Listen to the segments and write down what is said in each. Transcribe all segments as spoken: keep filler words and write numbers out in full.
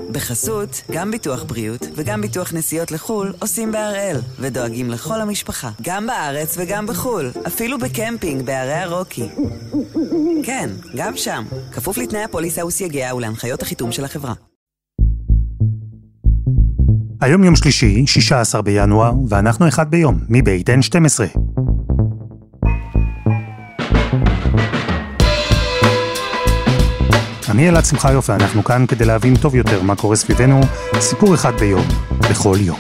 בחסות, גם ביטוח בריאות וגם ביטוח נסיעות לחול עושים בהראל, ודואגים לכל המשפחה, גם בארץ וגם בחול, אפילו בקמפינג בערי הרוקי. כן, גם שם, כפוף לתנאי הפוליסה וסייגיה ולהנחיות החיתום של החברה. היום יום שלישי, שישה עשר בינואר, ואנחנו אחד ביום, מבית אן שתים עשרה. אני אלעד שמחיוף, ואנחנו כאן כדי להבין טוב יותר מה קורה סביבנו, סיפור אחד ביום, בכל יום.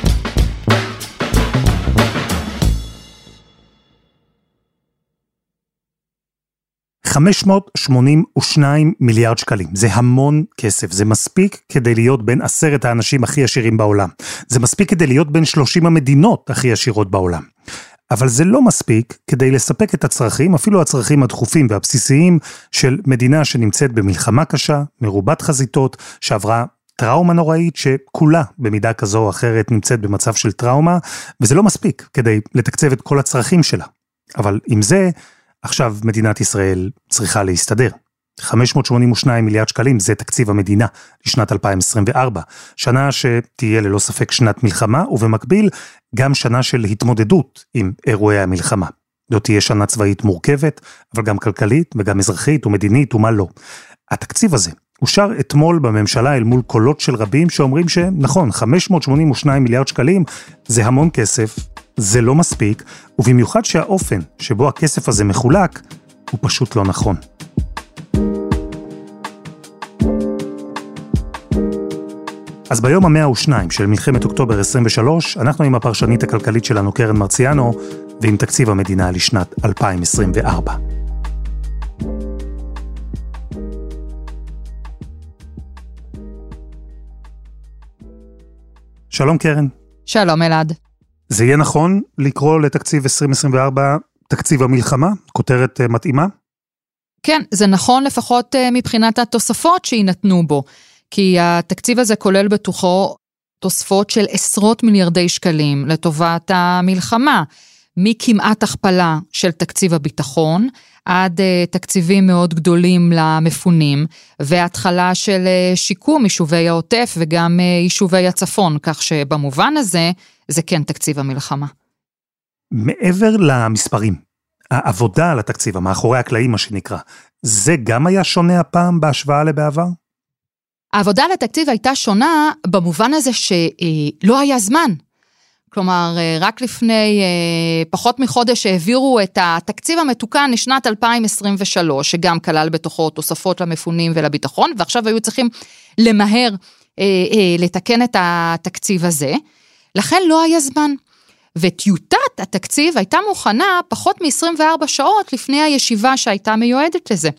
חמש מאות שמונים ושניים מיליארד שקלים, זה המון כסף, זה מספיק כדי להיות בין עשרת האנשים הכי עשירים בעולם, זה מספיק כדי להיות בין שלושים המדינות הכי עשירות בעולם. אבל זה לא מספיק כדי לספק את הצרכים, אפילו הצרכים הדחופים והבסיסיים של מדינה שנמצאת במלחמה קשה, מרובת חזיתות, שעברה טראומה נוראית שכולה במידה כזו או אחרת נמצאת במצב של טראומה, וזה לא מספיק כדי לתקצב את כל הצרכים שלה. אבל עם זה, עכשיו מדינת ישראל צריכה להסתדר. חמש מאות שמונים ושניים מיליארד שקלים זה תקציב המדינה לשנת אלפיים עשרים וארבע, שנה שתהיה ללא ספק שנת מלחמה, ובמקביל גם שנה של התמודדות עם אירועי המלחמה. זו תהיה שנה צבאית מורכבת, אבל גם כלכלית וגם אזרחית ומדינית ומה לא. התקציב הזה אושר אתמול בממשלה אל מול קולות של רבים שאומרים שנכון, חמש מאות שמונים ושניים מיליארד שקלים זה המון כסף, זה לא מספיק, ובמיוחד שהאופן שבו הכסף הזה מחולק הוא פשוט לא נכון. אז ביום המאה ושניים של מלחמת אוקטובר עשרים ושלוש, אנחנו עם הפרשנית הכלכלית שלנו קרן מרציאנו, ועם תקציב המדינה לשנת אלפיים עשרים וארבע. שלום קרן. שלום אלעד. זה יהיה נכון לקרוא לתקציב עשרים עשרים וארבע תקציב המלחמה? כותרת מתאימה? כן, זה נכון לפחות מבחינת התוספות שיינתנו בו. כי התקציב הזה כולל בתוכו תוספות של עשרות מיליארדי שקלים לטובת המלחמה, מכמעט הכפלה של תקציב הביטחון, עד תקציבים מאוד גדולים למפונים, והתחלה של שיקום יישובי העוטף וגם יישובי הצפון, כך שבמובן הזה זה כן תקציב המלחמה. מעבר למספרים, העבודה על התקציב, המאחורי הקלעים מה שנקרא, זה גם היה שונה הפעם בהשוואה לבעבר? העבודה על התקציב הייתה שונה במובן הזה שלא היה זמן. כלומר, רק לפני פחות מחודש העבירו את התקציב המתוקן לשנת אלפיים עשרים ושלוש, שגם כלל בתוכו תוספות למפונים ולביטחון, ועכשיו היו צריכים למהר לתקן את התקציב הזה, לכן לא היה זמן. וטיוטת התקציב הייתה מוכנה פחות מ-עשרים וארבע שעות לפני הישיבה שהייתה מיועדת לזה.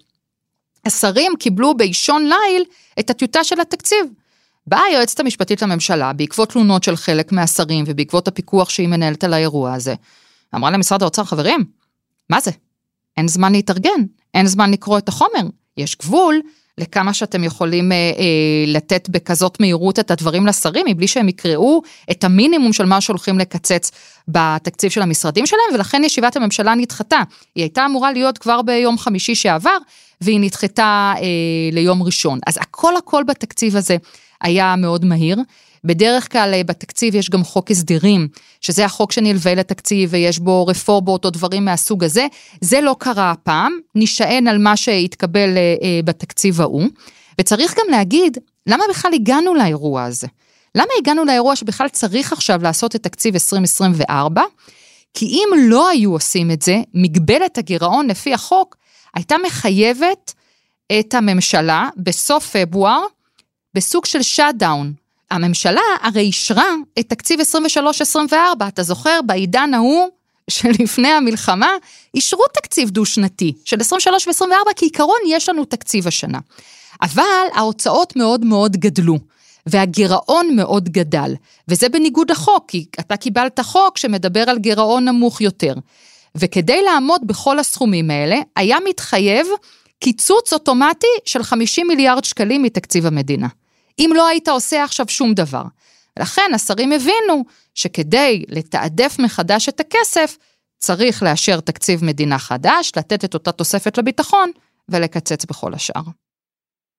השרים קיבלו באישון ליל את הטיוטה של התקציב. באה היועצת המשפטית לממשלה, בעקבות תלונות של חלק מהשרים, ובעקבות הפיקוח שהיא מנהלת על האירוע הזה, אמרה למשרד האוצר, חברים, מה זה? אין זמן להתארגן, אין זמן לקרוא את החומר, יש גבול לכמה שאתם יכולים אה, אה, לתת בכזאת מהירות את הדברים לשרים, מבלי שהם יקראו את המינימום של מה שהולכים לקצץ בתקציב של המשרדים שלהם, ולכן ישיבת הממשלה נדחתה. היא הייתה אמורה להיות כבר ביום חמישי שעבר, והיא נדחתה אה, ליום ראשון. אז הכל הכל בתקציב הזה היה מאוד מהיר. בדרך כלל בתקציב יש גם חוק הסדרים, שזה החוק שנלווה לתקציב, ויש בו רפורמות או דברים מהסוג הזה. זה לא קרה הפעם, נשען על מה שהתקבל אה, בתקציב ההוא, וצריך גם להגיד, למה בכלל הגענו לאירוע הזה? למה הגענו לאירוע שבכלל צריך עכשיו לעשות את תקציב עשרים עשרים וארבע? כי אם לא היו עושים את זה, מגבלת הגירעון לפי החוק, הייתה מחייבת את הממשלה בסוף פברואר, בסוג של שאט-דאון. הממשלה הרי אישרה את תקציב עשרים ושלוש עשרים וארבע, אתה זוכר, בעידן ההוא שלפני המלחמה, אישרו תקציב דו-שנתי של עשרים ושלוש ו-עשרים וארבע, כי עיקרון יש לנו תקציב השנה. אבל ההוצאות מאוד מאוד גדלו, והגירעון מאוד גדל, וזה בניגוד לחוק, כי אתה קיבלת חוק שמדבר על גירעון נמוך יותר. וכדי לעמוד בכל הסכומים האלה, היה מתחייב קיצוץ אוטומטי של חמישים מיליארד שקלים מתקציב המדינה. אם לא היית עושה עכשיו שום דבר. לכן השרים הבינו שכדי לתעדף מחדש את הכסף, צריך לאשר תקציב מדינה חדש, לתת את אותה תוספת לביטחון, ולקצץ בכל השאר.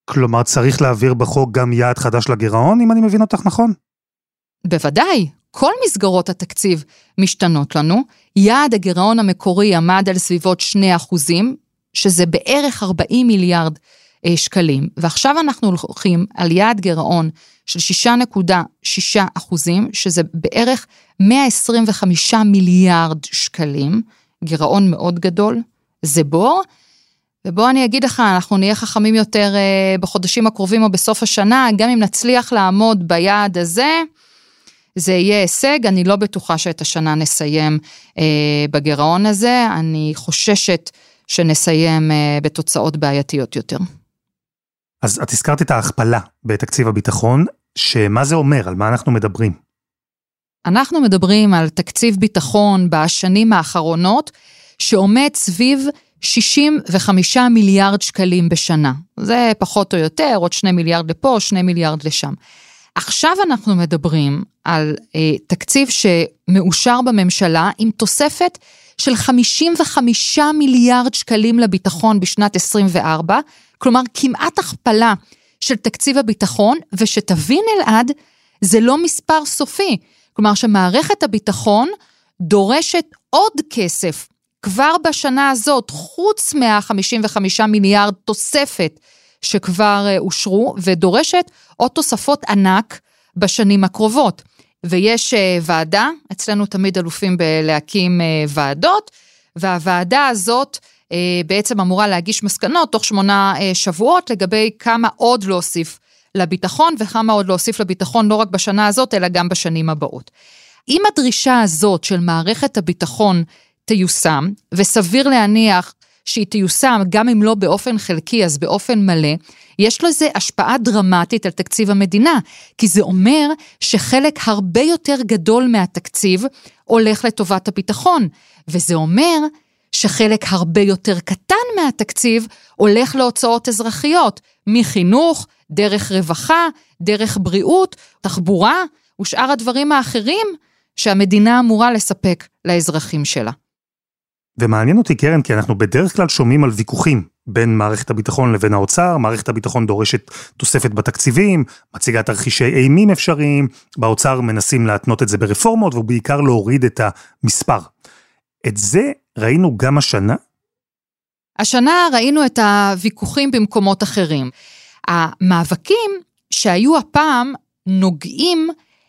כלומר, צריך להעביר בחוק גם יעד חדש לגירעון, אם אני מבין אותך נכון? בוודאי, כל מסגרות התקציב משתנות לנו. יעד הגירעון המקורי עמד על סביבות שני אחוזים, שזה בערך ארבעים מיליארד אה, שקלים, ועכשיו אנחנו הולכים על יעד גירעון של שישה נקודה שישה אחוזים, שזה בערך מאה עשרים וחמישה מיליארד שקלים, גירעון מאוד גדול, זה בור, ובוא אני אגיד לך, אנחנו נהיה חכמים יותר אה, בחודשים הקרובים או בסוף השנה, גם אם נצליח לעמוד ביעד הזה, זה יהיה הישג, אני לא בטוחה שאת השנה נסיים אה, בגירעון הזה, אני חוששת שנסיים אה, בתוצאות בעייתיות יותר. אז את הזכרת את ההכפלה בתקציב הביטחון, שמה זה אומר, על מה אנחנו מדברים? אנחנו מדברים על תקציב ביטחון בשנים האחרונות, שעומד סביב שישים וחמישה מיליארד שקלים בשנה. זה פחות או יותר, עוד שני מיליארד לפה, שני מיליארד לשם. עכשיו אנחנו מדברים על אה, תקציב שמאושר בממשלה, עם תוספת של חמישים וחמישה מיליארד שקלים לביטחון בשנת עשרים וארבע, כלומר כמעט הכפלה של תקציב הביטחון, ושתבין אלעד, זה לא מספר סופי, כלומר שמערכת הביטחון דורשת עוד כסף, כבר בשנה הזאת, חוץ מה-חמישים וחמישה מיליארד תוספת שכבר uh, אושרו, ודורשת עוד תוספות ענק בשנים הקרובות. ויש uh, ועדה, אצלנו תמיד אלופים בלהקים uh, ועדות, והוועדה הזאת uh, בעצם אמורה להגיש מסקנות תוך שמונה uh, שבועות, לגבי כמה עוד להוסיף לביטחון, וכמה עוד להוסיף לביטחון לא רק בשנה הזאת, אלא גם בשנים הבאות. אם הדרישה הזאת של מערכת הביטחון תיושם, וסביר להניח שהיא תיושם, גם אם לא באופן חלקי, אז באופן מלא, יש לזה השפעה דרמטית על תקציב המדינה, כי זה אומר שחלק הרבה יותר גדול מהתקציב הולך לטובת הביטחון, וזה אומר שחלק הרבה יותר קטן מהתקציב הולך להוצאות אזרחיות, מחינוך, דרך רווחה, דרך בריאות, תחבורה, ושאר הדברים האחרים שהמדינה אמורה לספק לאזרחים שלה. ומעניין אותי קרן, כי אנחנו בדרך כלל שומעים על ויכוחים בין מערכת הביטחון לבין האוצר, מערכת הביטחון דורשת תוספת בתקציבים, מציגה תרחישי אימים אפשריים, באוצר מנסים להתנות את זה ברפורמות, ובעיקר להוריד את המספר. את זה ראינו גם השנה? השנה ראינו את הוויכוחים במקומות אחרים. המאבקים שהיו הפעם נוגעים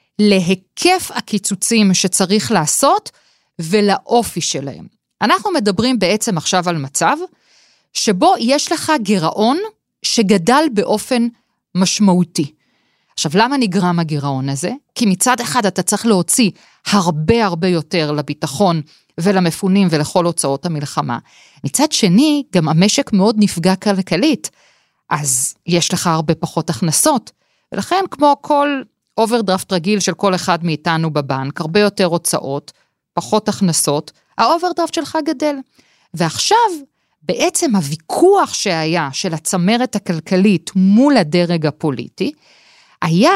להיקף הקיצוצים שצריך לעשות ולאופי שלהם. אנחנו מדברים בעצם עכשיו על מצב שבו יש לך גירעון שגדל באופן משמעותי. עכשיו, למה נגרם הגירעון הזה? כי מצד אחד אתה צריך להוציא הרבה הרבה יותר לביטחון ולמפונים ולכל הוצאות המלחמה. מצד שני, גם המשק מאוד נפגע כלכלית, אז יש לך הרבה פחות הכנסות, ולכן כמו כל אוברדרפט רגיל של כל אחד מאיתנו בבנק, הרבה יותר הוצאות, פחות הכנסות, האוברדרפט שלך גדל. ועכשיו, בעצם הוויכוח שהיה של הצמרת הכלכלית מול הדרג הפוליטי, היה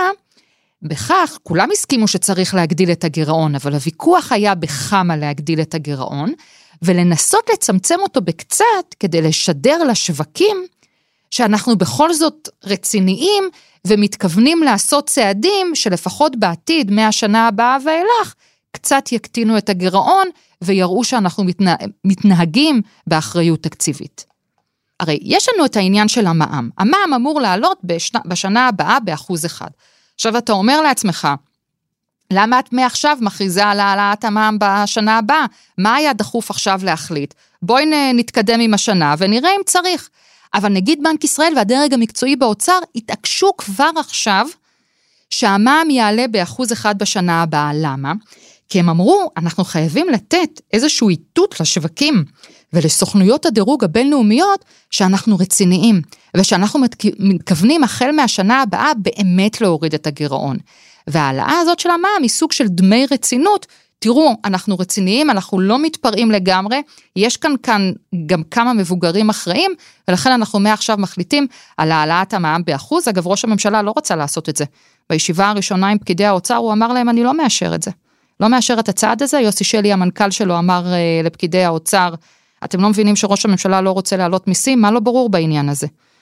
בכך, כולם הסכימו שצריך להגדיל את הגירעון, אבל הוויכוח היה בכמה להגדיל את הגירעון, ולנסות לצמצם אותו בקצת, כדי לשדר לשווקים, שאנחנו בכל זאת רציניים, ומתכוונים לעשות צעדים, שלפחות בעתיד, מהשנה הבאה ואילך, קצת יקטינו את הגירעון, ויראו שאנחנו מתנה... מתנהגים באחריות תקציבית. הרי יש לנו את העניין של המע"מ. המע"מ אמור לעלות בשנה, בשנה הבאה באחוז אחד. עכשיו אתה אומר לעצמך, למה את מעכשיו מכריזה על העלאת המע"מ בשנה הבאה? מה היה דחוף עכשיו להחליט? בואי נתקדם עם השנה ונראה אם צריך. אבל נגיד בנק ישראל והדרג המקצועי באוצר התעקשו כבר עכשיו שהמע"מ יעלה באחוז אחד בשנה הבאה. למה? כי הם אמרו, אנחנו חייבים לתת איזשהו איתות לשווקים ולסוכנויות הדירוג הבינלאומיות שאנחנו רציניים, ושאנחנו מתכוונים החל מהשנה הבאה באמת להוריד את הגירעון. והעלאה הזאת של המע"מ היא סוג של דמי רצינות, תראו, אנחנו רציניים, אנחנו לא מתפרעים לגמרי, יש כאן כאן גם כמה מבוגרים אחראים, ולכן אנחנו מעכשיו מחליטים על העלאת המע"מ באחוז. אגב, ראש הממשלה לא רוצה לעשות את זה. בישיבה הראשונה עם פקידי האוצר, הוא אמר להם, אני לא מאשר את זה. לא מאשר את הצעד הזה. יוסי שלי, המנכ"ל שלו, אמר uh, לפקידי האוצר, אתם לא מבינים שראש הממשלה לא רוצה להעלות מיסים? מה לא ברור בעניין הזה?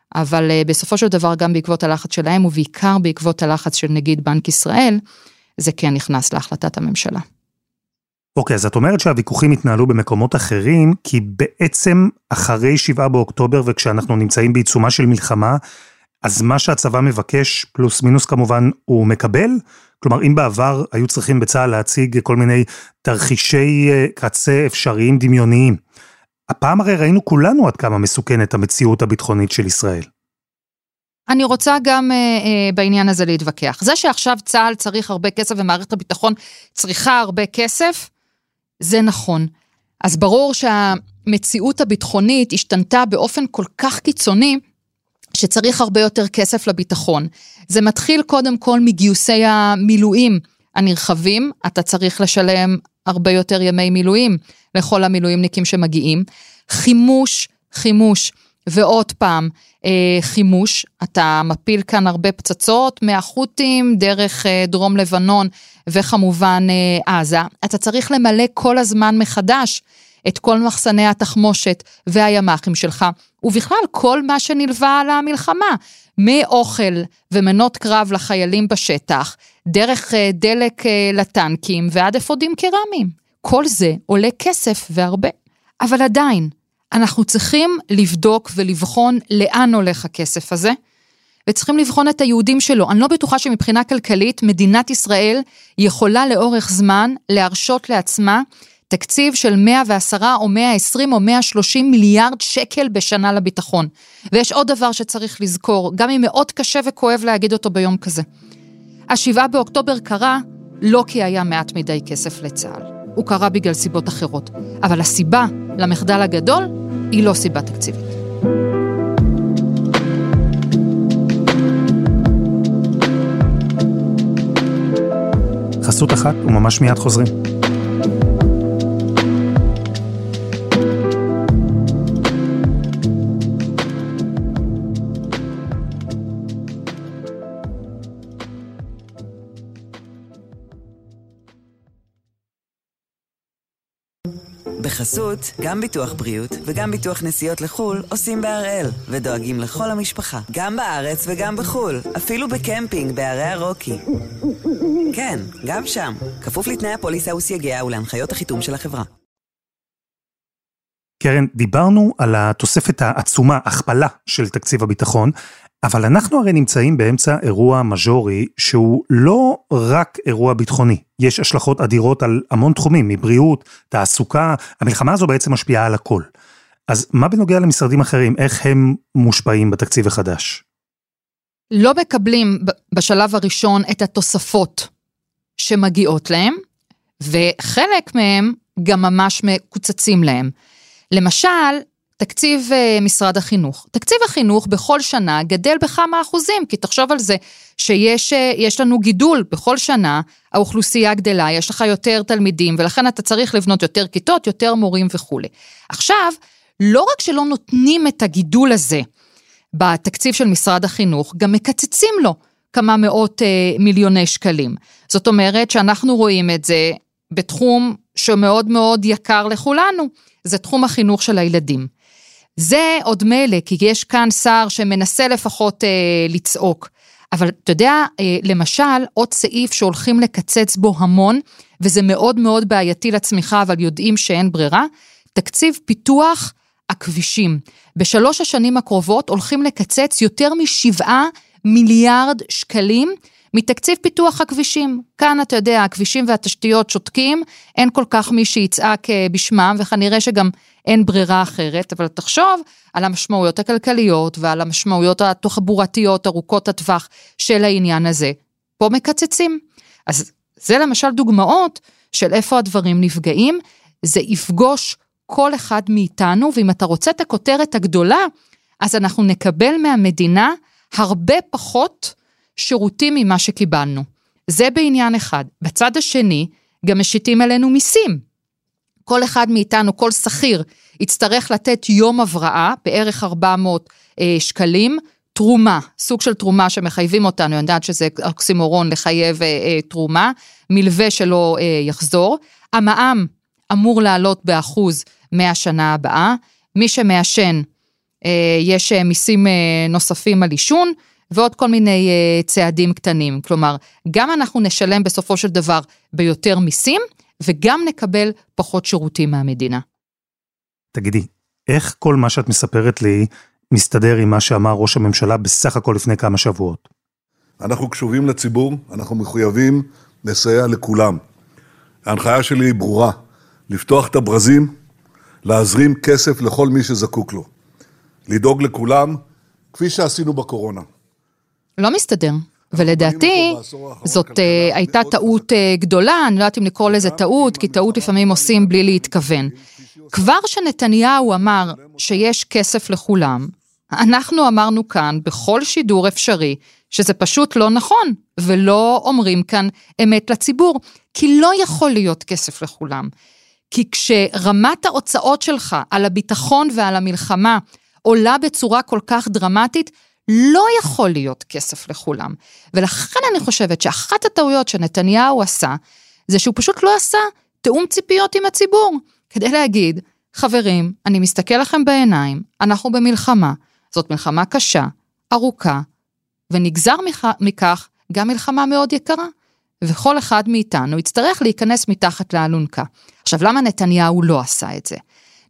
אבל בסופו של דבר גם בעקבות הלחץ שלהם, ובעיקר בעקבות הלחץ של נגיד בנק ישראל, זה כן נכנס להחלטת הממשלה. אוקיי, אז את אומרת שהוויכוחים התנהלו במקומות אחרים, כי בעצם אחרי שבעה באוקטובר, וכשאנחנו נמצאים בעיצומה של מלחמה, אז מה שהצבא מבקש, פלוס מינוס כמובן, הוא מקבל? כלומר, אם בעבר היו צריכים בצה"ל להציג כל מיני תרחישי קצה אפשריים דמיוניים, הפעם הרי ראינו כולנו עד כמה מסוכנת המציאות הביטחונית של ישראל. אני רוצה גם אה, אה, בעניין הזה להתווכח. זה שעכשיו צה"ל צריך הרבה כסף ומערכת הביטחון צריכה הרבה כסף, זה נכון. אז ברור שהמציאות הביטחונית השתנתה באופן כל כך קיצוני, שצריך הרבה כסף כסף לביטחון. זה מתחיל קודם כל מגיוסי המילואים הנרחבים, אתה צריך לשלם הרבה יותר ימי מילואים לכל המילואימניקים שמגיעים. חימוש, חימוש, ועוד פעם, אה, חימוש, אתה מפיל כאן הרבה פצצות, מהחות'ים, דרך אה, דרום לבנון, וכמובן אה, עזה. אתה צריך למלא כל הזמן מחדש, את כל מחסני התחמושת והימ"חים שלך, ובכלל כל מה שנלווה על המלחמה, מאוכל ומנות קרב לחיילים בשטח, דרך אה, דלק אה, לטנקים, ועד אפודים קרמיים. כל זה עולה כסף והרבה. אבל עדיין, אנחנו צריכים לבדוק ולבחון לאן הולך הכסף הזה, וצריכים לבחון את היהודים שלו. אני לא בטוחה שמבחינה כלכלית, מדינת ישראל יכולה לאורך זמן להרשות לעצמה תקציב של מאה ועשר או מאה ועשרים או מאה ושלושים מיליארד שקל בשנה לביטחון. ויש עוד דבר שצריך לזכור, גם אם מאוד קשה וכואב להגיד אותו ביום כזה. השבעה באוקטובר קרה לא כי היה מעט מדי כסף לצה"ל. הוא קרה בגלל סיבות אחרות. אבל הסיבה למחדל הגדול היא לא סיבה תקציבית. חסות אחת וממש מיד חוזרים. בחסות, גם ביטוח בריאות וגם ביטוח נסיעות לחול עושים בהראל, ודואגים לכל המשפחה, גם בארץ וגם בחול, אפילו בקמפינג בערי הרוקי. כן, גם שם, כפוף לתנאי הפוליסה וסייגיה ולהנחיות החיתום של החברה. קרן, דיברנו על התוספת העצומה, הכפלה של תקציב הביטחון, אבל אנחנו הרי נמצאים באמצע אירוע מז'ורי שהוא לא רק אירוע ביטחוני. יש השלכות אדירות על המון תחומים, מבריאות, תעסוקה, המלחמה הזו בעצם משפיעה על הכל. אז מה בנוגע למשרדים אחרים, איך הם מושפעים בתקציב החדש? לא מקבלים בשלב הראשון את התוספות שמגיעות להם, וחלק מהם גם ממש מקוצצים להם. למשל, תקציב משרד החינוך. תקציב החינוך בכל שנה גדל בכמה אחוזים, כי תחשוב על זה שיש יש לנו גידול בכל שנה, האוכלוסייה גדלה, יש לך יותר תלמידים, ולכן אתה צריך לבנות יותר כיתות, יותר מורים וכו'. עכשיו, לא רק שלא נותנים את הגידול הזה בתקציב של משרד החינוך, גם מקצצים לו כמה מאות אה, מיליוני שקלים. זאת אומרת שאנחנו רואים את זה בתחום שמאוד מאוד יקר לכולנו, זה תחום החינוך של הילדים. זה עוד מלא, כי יש כאן שר שמנסה לפחות אה, לצעוק, אבל אתה יודע, אה, למשל, עוד סעיף שהולכים לקצץ בו המון, וזה מאוד מאוד בעייתי לצמיחה, אבל יודעים שאין ברירה, תקציב פיתוח הכבישים. בשלוש השנים הקרובות הולכים לקצץ יותר משבעה מיליארד שקלים, מתקציב פיתוח הכבישים. כאן אתה יודע, הכבישים והתשתיות שותקים, אין כל כך מי שיצעק בשמם, וכנראה שגם אין ברירה אחרת, אבל תחשוב על המשמעויות הכלכליות, ועל המשמעויות התחבורתיות, ארוכות הטווח של העניין הזה. פה מקצצים. אז זה למשל דוגמאות של איפה הדברים נפגעים, זה יפגוש כל אחד מאיתנו, ואם אתה רוצה את הכותרת הגדולה, אז אנחנו נקבל מהמדינה הרבה פחות שירותים ממה שקיבלנו. זה בעניין אחד. בצד השני, גם משיתים עלינו מיסים. כל אחד מאיתנו, כל שכיר, יצטרך לתת יום הבראה, בערך ארבע מאות אה, שקלים, תרומה, סוג של תרומה שמחייבים אותנו, אני יודעת שזה אוקסימורון לחייב אה, אה, תרומה, מלווה שלא אה, יחזור. המע"מ אמור לעלות באחוז מהשנה הבאה, מי שמאשן יש מיסים נוספים על עישון, ועוד כל מיני צעדים קטנים. כלומר, גם אנחנו נשלם בסופו של דבר ביותר מיסים, וגם נקבל פחות שירותים מהמדינה. תגידי, איך כל מה שאת מספרת לי מסתדר עם מה שאמר ראש הממשלה בסך הכל לפני כמה שבועות? אנחנו קשובים לציבור, אנחנו מחויבים לסייע לכולם. ההנחיה שלי היא ברורה, לפתוח את הברזים, להזרים כסף לכל מי שזקוק לו. לדאוג לכולם, כפי שעשינו בקורונה. לא מסתדר. ולדעתי, זאת הייתה טעות גדולה, אני לא יודעת אם לקרוא לזה טעות, כי טעות לפעמים עושים בלי להתכוון. כבר שנתניהו אמר שיש כסף לכולם, אנחנו אמרנו כאן בכל שידור אפשרי, שזה פשוט לא נכון, ולא אומרים כאן אמת לציבור, כי לא יכול להיות כסף לכולם. כי כשרמת ההוצאות שלך על הביטחון ועל המלחמה עולה בצורה כל כך דרמטית, לא יכול להיות כסף לכולם. ולכן אני חושבת שאחת הטעויות שנתניהו עשה, זה שהוא פשוט לא עשה תאום ציפיות עם הציבור, כדי להגיד, חברים, אני מסתכל לכם בעיניים, אנחנו במלחמה, זאת מלחמה קשה, ארוכה, ונגזר מכך גם מלחמה מאוד יקרה, וכל אחד מאיתנו יצטרך להיכנס מתחת לאלונקה. עכשיו, למה נתניהו לא עשה את זה?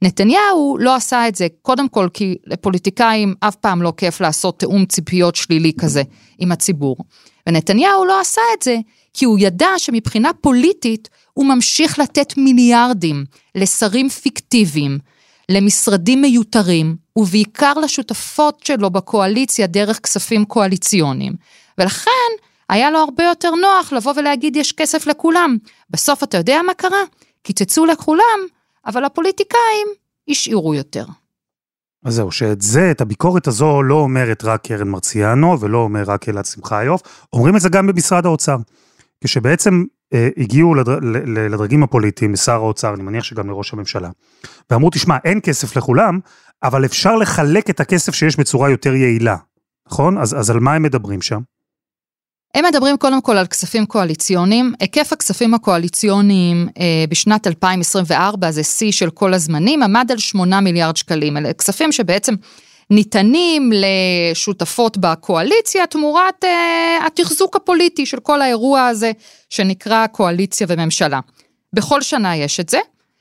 נתניהו לא עשה את זה, קודם כל כי לפוליטיקאים אף פעם לא כיף לעשות תאום ציפיות שלילי כזה עם הציבור. ונתניהו לא עשה את זה, כי הוא ידע שמבחינה פוליטית הוא ממשיך לתת מיליארדים לשרים פיקטיביים, למשרדים מיותרים, ובעיקר לשותפות שלו בקואליציה דרך כספים קואליציוניים. ולכן היה לו הרבה יותר נוח לבוא ולהגיד יש כסף לכולם. בסוף אתה יודע מה קרה? קיצצו לכולם, אבל הפוליטיקאים השאירו יותר. אז זהו, שאת זה, את הביקורת הזו לא אומרת רק קרן מרציאנו, ולא אומר רק אלעד שמחיוף, אומרים את זה גם במשרד האוצר. כשבעצם אה, הגיעו לדר, לדרגים הפוליטיים, לשר האוצר, אני מניח שגם לראש הממשלה, ואמרו, תשמע, אין כסף לכולם, אבל אפשר לחלק את הכסף שיש בצורה יותר יעילה, נכון? אז, אז על מה הם מדברים שם? הם מדברים קודם כל על כספים קואליציוניים, היקף הכספים הקואליציוניים אה, בשנת אלפיים עשרים וארבע, זה שיא של כל הזמנים, עמד על שמונה מיליארד שקלים, אלה כספים שבעצם ניתנים לשותפות בקואליציה, תמורת אה, התחזוק הפוליטי של כל האירוע הזה, שנקרא קואליציה וממשלה. בכל שנה יש את זה,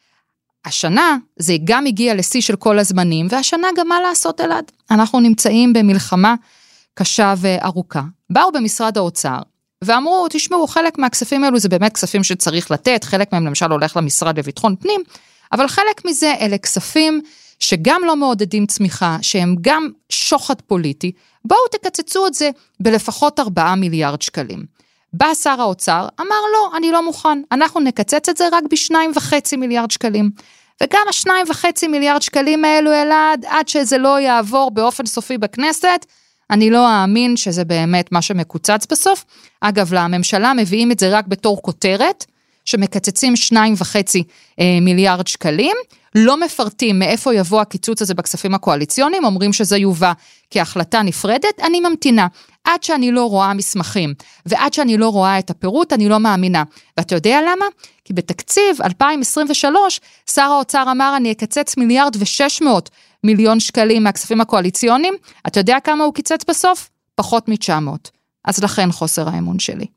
השנה זה גם הגיע לשיא של כל הזמנים, והשנה גם מה לעשות אלעד? אנחנו נמצאים במלחמה קשה וארוכה. באו במשרד האוצר, ואמרו, תשמעו, חלק מהכספים האלו זה באמת כספים שצריך לתת, חלק מהם למשל הולך למשרד לביטחון פנים, אבל חלק מזה אלה כספים שגם לא מעודדים צמיחה, שהם גם שוחד פוליטי, בואו תקצצו את זה בלפחות ארבעה מיליארד שקלים. בא שר האוצר, אמר לא, אני לא מוכן, אנחנו נקצץ את זה רק בשניים וחצי מיליארד שקלים, וגם השניים וחצי מיליארד שקלים האלו אלעד, עד שזה לא יעבור באופן סופי בכנסת, אני לא אאמין שזה באמת מה שמקוצץ בסוף. אגב, לממשלה מביאים את זה רק בתור כותרת, שמקצצים שניים וחצי אה, מיליארד שקלים, לא מפרטים מאיפה יבוא הקיצוץ הזה בכספים הקואליציוניים, אומרים שזה יובא כהחלטה נפרדת, אני ממתינה, עד שאני לא רואה מסמכים, ועד שאני לא רואה את הפירוט, אני לא מאמינה. ואתה יודע למה? כי בתקציב אלפיים עשרים ושלוש, שר האוצר אמר, אני אקצץ מיליארד ושש מאות מיליון שקלים מהכספים הקואליציוניים, אתה יודע כמה הוא קיצץ בסוף? פחות מ-תשע מאות. אז לכן חוסר האמון שלי.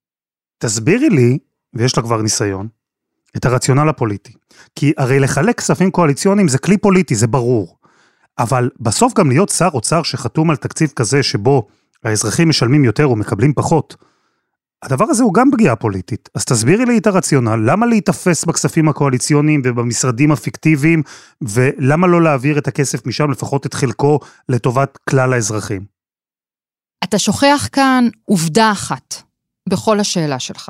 תסבירי לי, ויש לה כבר ניסיון, את הרציונל הפוליטי. כי הרי לחלק כספים קואליציוניים זה כלי פוליטי, זה ברור. אבל בסוף גם להיות שר אוצר שחתום על תקציב כזה שבו האזרחים משלמים יותר ומקבלים פחות, הדבר הזה הוא גם פגיעה פוליטית. אז תסבירי לי את הרציונל, למה להתאפס בכספים הקואליציוניים ובמשרדים הפיקטיביים, ולמה לא להעביר את הכסף משם, לפחות את חלקו, לטובת כלל האזרחים? אתה שוכח כאן עובדה אחת, בכל השאלה שלך.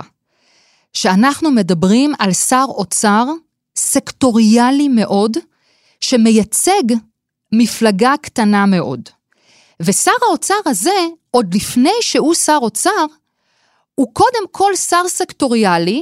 שאנחנו מדברים על שר אוצר סקטוריאלי מאוד, שמייצג מפלגה קטנה מאוד. ושר האוצר הזה, עוד לפני שהוא שר אוצר, הוא קודם כל שר סקטוריאלי,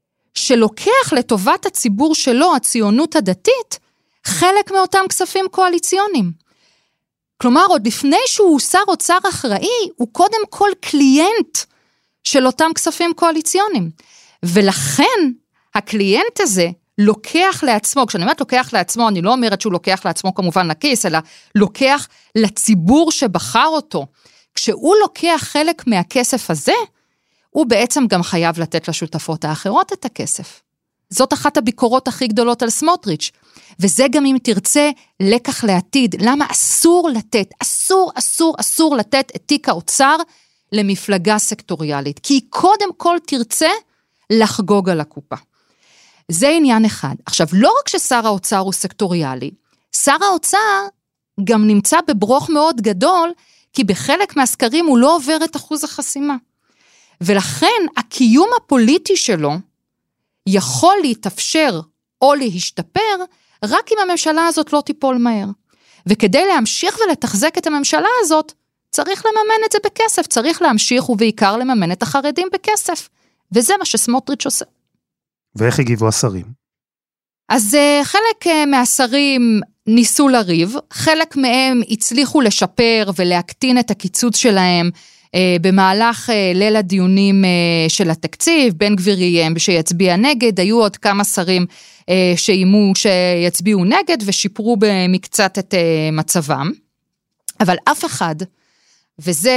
שלוקח לטובת הציבור שלו, הציונות הדתית, חלק מאותם כספים קואליציוניים. כלומר, עוד לפני שהוא שר אוצר אחראי, הוא קודם כל קליינט של אותם כספים קואליציוניים. ולכן, הקליינט הזה לוקח לעצמו, כשאני אומרת לוקח לעצמו, אני לא אומרת שהוא לוקח לעצמו כמובן לכיס, אלא לוקח לציבור שבחר אותו. כשהוא לוקח חלק מהכסף הזה, הוא בעצם גם חייב לתת לשותפות האחרות את הכסף. זאת אחת הביקורות הכי גדולות על סמוטריץ', וזה גם אם תרצה לקח לעתיד, למה אסור לתת, אסור, אסור, אסור לתת את תיק האוצר למפלגה סקטוריאלית, כי היא קודם כל תרצה לחגוג על הקופה. זה עניין אחד. עכשיו, לא רק ששר האוצר הוא סקטוריאלי, שר האוצר גם נמצא בברוך מאוד גדול, כי בחלק מהסקרים הוא לא עובר את אחוז החסימה. ולכן הקיום הפוליטי שלו יכול להתאפשר או להשתפר, רק אם הממשלה הזאת לא תיפול מהר. וכדי להמשיך ולתחזק את הממשלה הזאת, צריך לממן את זה בכסף, צריך להמשיך ובעיקר לממן את החרדים בכסף. וזה מה שסמוטריץ' עושה. ואיך הגיבו השרים? אז חלק מהשרים ניסו לריב, חלק מהם הצליחו לשפר ולהקטין את הקיצוץ שלהם, במהלך ליל הדיונים של התקציב, בן גביר איים שיצביע נגד, היו עוד כמה שרים שאיימו שיצביעו נגד ושיפרו במקצת את מצבם, אבל אף אחד, וזה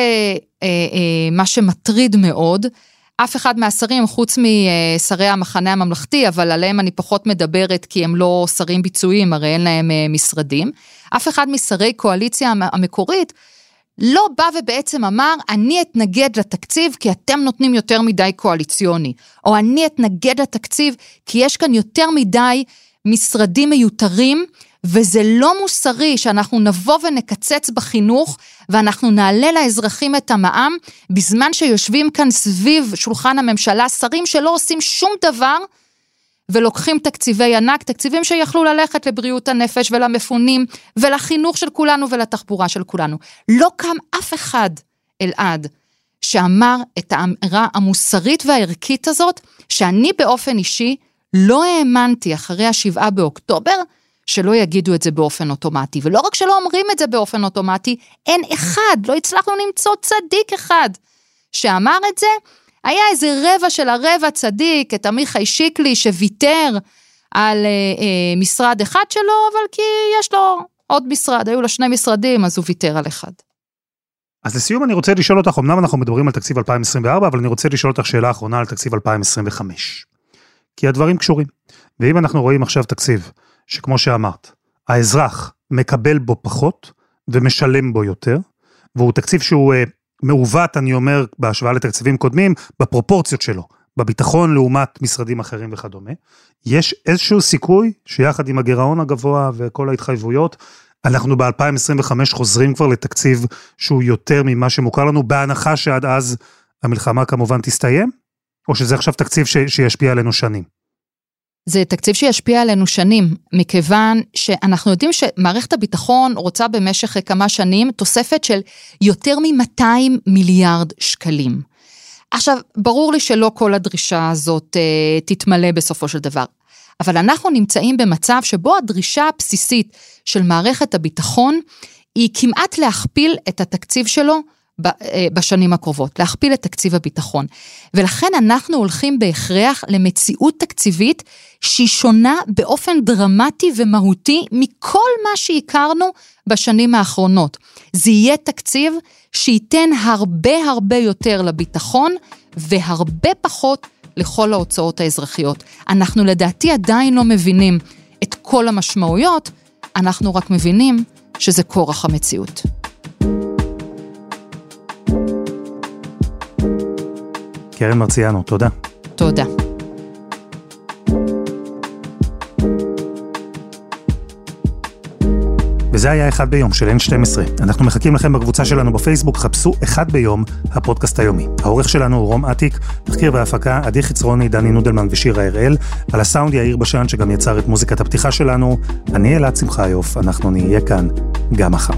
מה שמטריד מאוד, אף אחד מהשרים, חוץ משרי המחנה הממלכתי, אבל עליהם אני פחות מדברת, כי הם לא שרים ביצועיים, הרי אין להם משרדים, אף אחד משרי קואליציה המקורית, לא בא ובעצם אמר, אני אתנגד לתקציב, כי אתם נותנים יותר מדי קואליציוני, או אני אתנגד לתקציב, כי יש כאן יותר מדי משרדים מיותרים, וזה לא מוסרי שאנחנו נבוא ונקצץ בחינוך, ואנחנו נעלה לאזרחים את המע"מ, בזמן שיושבים כאן סביב שולחן הממשלה, שרים שלא עושים שום דבר, ולוקחים תקציבי ענק, תקציבים שיכלו ללכת לבריאות הנפש ולמפונים, ולחינוך של כולנו ולתחבורה של כולנו. לא קם אף אחד, אלעד, שאמר את האמירה המוסרית והערכית הזאת, שאני באופן אישי לא האמנתי אחרי השבעה באוקטובר, שלא יגידו את זה באופן אוטומטי, ולא רק שלא אומרים את זה באופן אוטומטי, אין אחד, לא הצלחנו למצוא צדיק אחד, שאמר את זה, היה איזה רבע של הרבע צדיק, את עמיחי שיקלי שוויתר על אה, אה, משרד אחד שלו, אבל כי יש לו עוד משרד, היו לו שני משרדים, אז הוא ויתר על אחד. אז לסיום אני רוצה לשאול אותך, אמנם אנחנו מדברים על תקציב אלפיים עשרים וארבע, אבל אני רוצה לשאול אותך שאלה אחרונה על תקציב אלפיים עשרים וחמש. כי הדברים קשורים. ואם אנחנו רואים עכשיו תקציב, שכמו שאמרת, האזרח מקבל בו פחות, ומשלם בו יותר, והוא תקציב שהוא אה, מעוות, אני אומר, בהשוואה לתקציבים קודמים, בפרופורציות שלו, בביטחון לעומת משרדים אחרים וכדומה, יש איזשהו סיכוי, שיחד עם הגירעון הגבוה וכל ההתחייבויות, אנחנו ב-אלפיים עשרים וחמש חוזרים כבר לתקציב שהוא יותר ממה שמוכר לנו, בהנחה שעד אז המלחמה כמובן תסתיים, או שזה עכשיו תקציב ש- שישפיע עלינו שנים? זה תקציב שישפיע עלינו שנים, מכיוון שאנחנו יודעים שמערכת הביטחון רוצה במשך כמה שנים תוספת של יותר מ-מאתיים מיליארד שקלים. עכשיו, ברור לי שלא כל הדרישה הזאת אה, תתמלא בסופו של דבר, אבל אנחנו נמצאים במצב שבו הדרישה הבסיסית של מערכת הביטחון היא כמעט להכפיל את התקציב שלו בשנים הקרובות, להכפיל את תקציב הביטחון. ולכן אנחנו הולכים בהכרח למציאות תקציבית שהיא שונה באופן דרמטי ומהותי מכל מה שהכרנו בשנים האחרונות. זה יהיה תקציב שייתן הרבה הרבה יותר לביטחון והרבה פחות לכל ההוצאות האזרחיות. אנחנו לדעתי עדיין לא מבינים את כל המשמעויות, אנחנו רק מבינים שזה כורח המציאות. קרן מרציאנו, תודה. תודה. וזה היה אחד ביום של אן שתים עשרה. אנחנו מחכים לכם בקבוצה שלנו בפייסבוק, חפשו אחד ביום, הפודקאסט היומי. העורך שלנו הוא רום עתיק, תחקיר והפקה, עדי חצרוני, דני נודלמן ושירה הראל, על הסאונד יאיר בשן שגם יצר את מוזיקת הפתיחה שלנו. אני אלעד שמחיוף, אנחנו נהיה כאן גם מחר.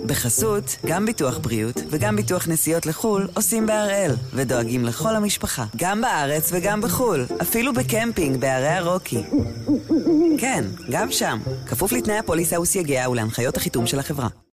בחסות, גם ביטוח בריאות וגם ביטוח נסיעות לחול עושים בהראל, ודואגים לכל המשפחה, גם בארץ וגם בחול, אפילו בקמפינג בערי הרוקי. כן, גם שם, כפוף לתנאי הפוליסה וסייגיה ולהנחיות החיתום של החברה.